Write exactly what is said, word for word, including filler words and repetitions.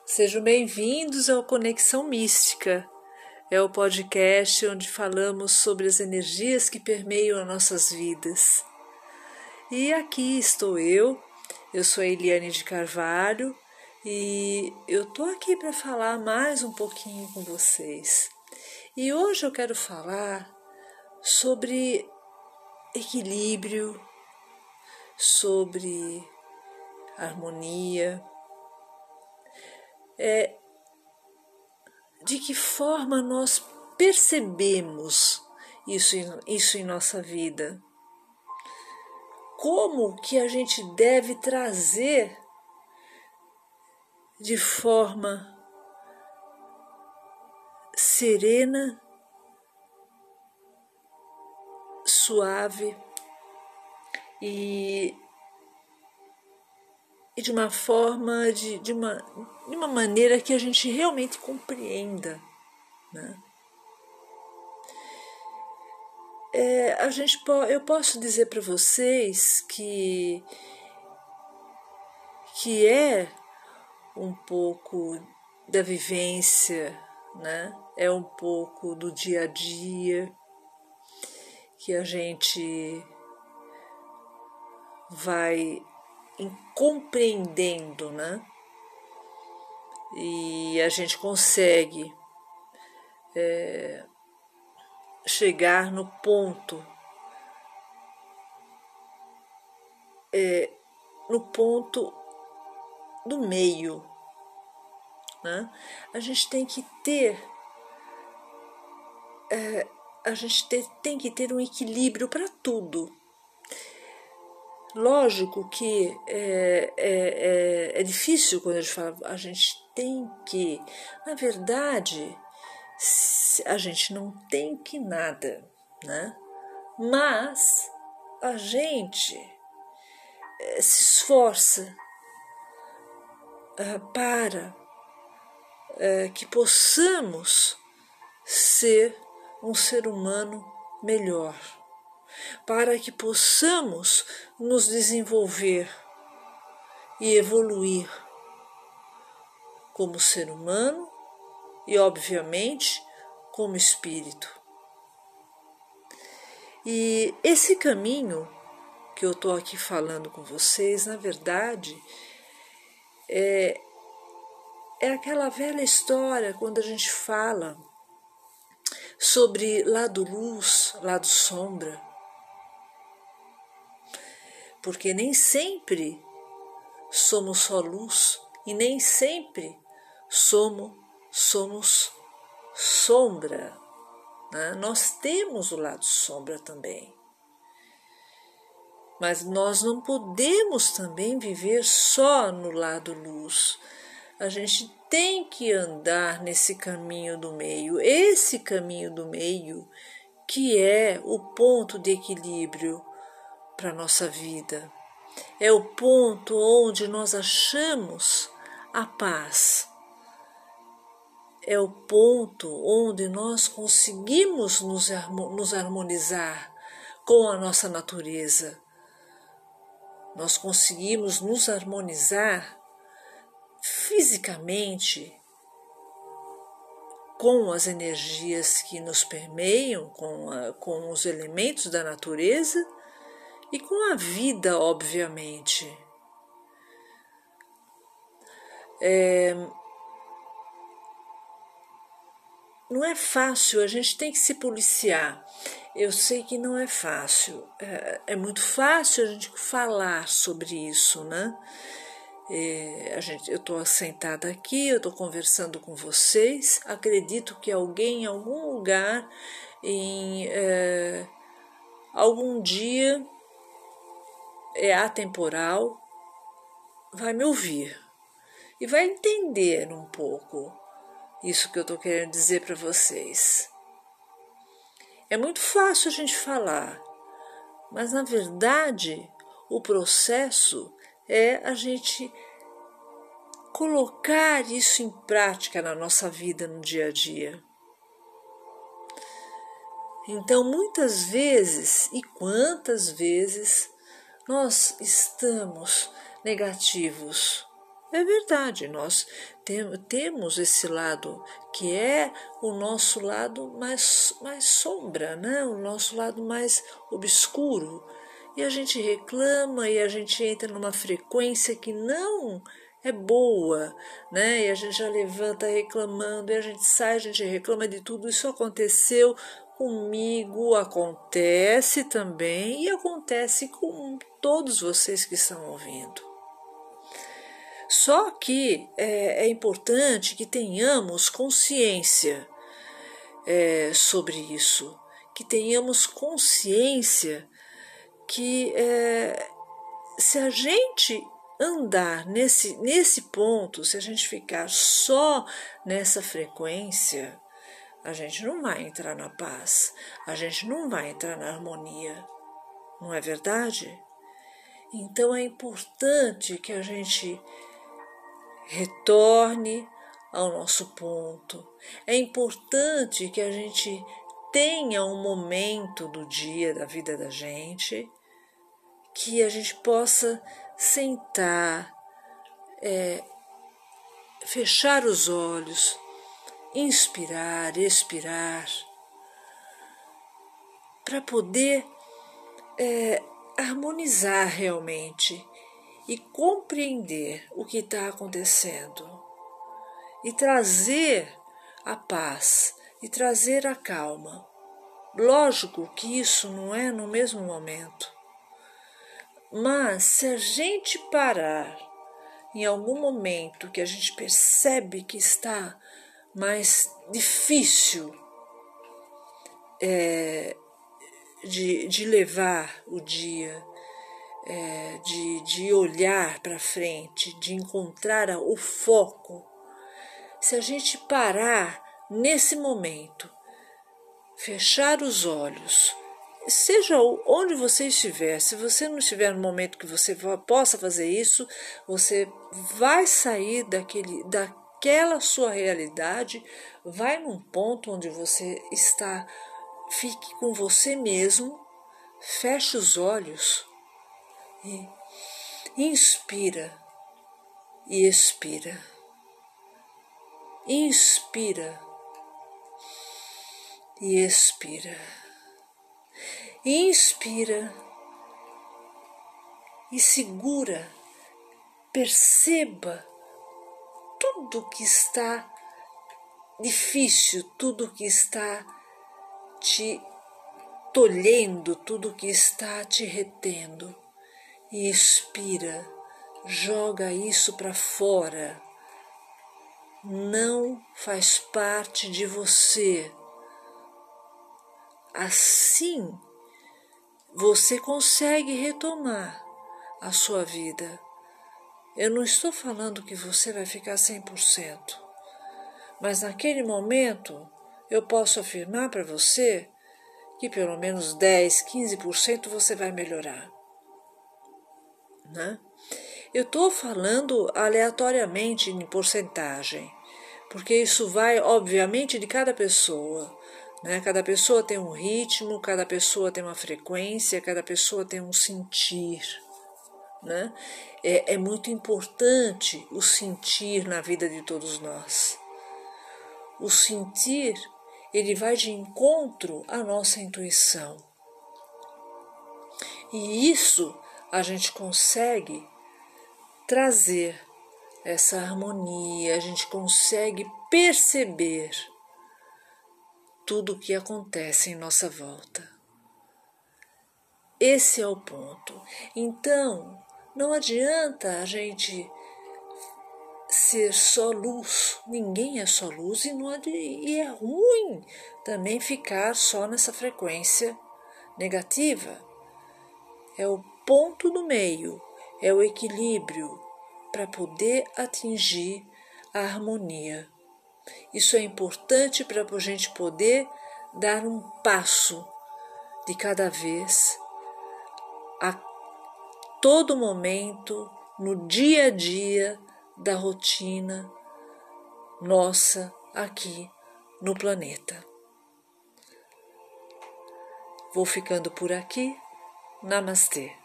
Sejam bem-vindos ao Conexão Mística. É o podcast onde falamos sobre as energias que permeiam as nossas vidas. E aqui estou eu, eu sou a Eliane de Carvalho e eu estou aqui para falar mais um pouquinho com vocês. E hoje eu quero falar sobre equilíbrio, sobre harmonia. É, de que forma nós percebemos isso, isso em nossa vida? Como que a gente deve trazer de forma serena, suave e, e de uma forma, de, de, uma, de uma maneira que a gente realmente compreenda, né? É, a gente, eu posso dizer para vocês que, que é um pouco da vivência, né? É um pouco do dia a dia que a gente vai compreendendo, né? E a gente consegue é, chegar no ponto, é, no ponto do meio, né? A gente tem que ter, é, a gente ter, tem que ter um equilíbrio para tudo. Lógico que é, é, é, é difícil quando a gente fala, a gente tem que, na verdade, a gente não tem que nada, né? Mas a gente é, se esforça é, para é, que possamos ser um ser humano melhor, para que possamos nos desenvolver e evoluir como ser humano e, obviamente, como espírito. E esse caminho que eu estou aqui falando com vocês, na verdade, é, é aquela velha história quando a gente fala sobre lado luz, lado sombra. Porque nem sempre somos só luz e nem sempre somos, somos sombra, né? Nós temos o lado sombra também. Mas nós não podemos também viver só no lado luz. A gente tem que andar nesse caminho do meio. Esse caminho do meio que é o ponto de equilíbrio para a nossa vida. É o ponto onde nós achamos a paz. É o ponto onde nós conseguimos nos harmonizar com a nossa natureza. Nós conseguimos nos harmonizar fisicamente com as energias que nos permeiam, com, a, com os elementos da natureza, e com a vida, obviamente. É, não é fácil, a gente tem que se policiar. Eu sei que não é fácil. É, é muito fácil a gente falar sobre isso, né? É, a gente, eu estou sentada aqui, eu estou conversando com vocês. Acredito que alguém em algum lugar, em é, algum dia, é atemporal, vai me ouvir e vai entender um pouco isso que eu estou querendo dizer para vocês. É muito fácil a gente falar, mas na verdade o processo é a gente colocar isso em prática na nossa vida no dia a dia. Então, muitas vezes, e quantas vezes, nós estamos negativos, É verdade, nós tem, temos esse lado que é o nosso lado mais, mais sombra, né? O nosso lado mais obscuro. E a gente reclama e a gente entra numa frequência que não é boa, né? E a gente já levanta reclamando, e a gente sai, a gente reclama de tudo. Isso aconteceu comigo, acontece também e acontece com todos vocês que estão ouvindo. Só que é, é importante que tenhamos consciência é, sobre isso, que tenhamos consciência que é, se a gente andar nesse, nesse ponto, se a gente ficar só nessa frequência, a gente não vai entrar na paz, a gente não vai entrar na harmonia, não é verdade? Então é importante que a gente retorne ao nosso ponto. É importante que a gente tenha um momento do dia, da vida da gente, que a gente possa sentar, é, fechar os olhos, inspirar, expirar, para poder é, harmonizar realmente e compreender o que está acontecendo e trazer a paz e trazer a calma. Lógico que isso não é no mesmo momento, mas se a gente parar em algum momento que a gente percebe que está mais difícil é, de, de levar o dia, É, de, de olhar para frente, de encontrar o foco. Se a gente parar nesse momento, fechar os olhos, seja onde você estiver, se você não estiver no momento que você possa fazer isso, você vai sair daquele, daquela sua realidade, vai num ponto onde você está, fique com você mesmo, feche os olhos, e inspira e expira, inspira e expira, inspira e segura, perceba tudo que está difícil, tudo que está te tolhendo, tudo que está te retendo. E expira, joga isso para fora, não faz parte de você. Assim, você consegue retomar a sua vida. Eu não estou falando que você vai ficar cem por cento, mas naquele momento eu posso afirmar para você que pelo menos dez, quinze por cento você vai melhorar. Né? Eu estou falando aleatoriamente em porcentagem, porque isso vai, obviamente, de cada pessoa. Né? Cada pessoa tem um ritmo, cada pessoa tem uma frequência, cada pessoa tem um sentir. Né? É, é muito importante o sentir na vida de todos nós. O sentir, ele vai de encontro à nossa intuição. E isso a gente consegue trazer essa harmonia, a gente consegue perceber tudo o que acontece em nossa volta. Esse é o ponto. Então, não adianta a gente ser só luz, ninguém é só luz e, não, e é ruim também ficar só nessa frequência negativa. É o ponto do meio, é o equilíbrio para poder atingir a harmonia. Isso é importante para a gente poder dar um passo de cada vez, a todo momento, no dia a dia da rotina nossa aqui no planeta. Vou ficando por aqui. Namastê.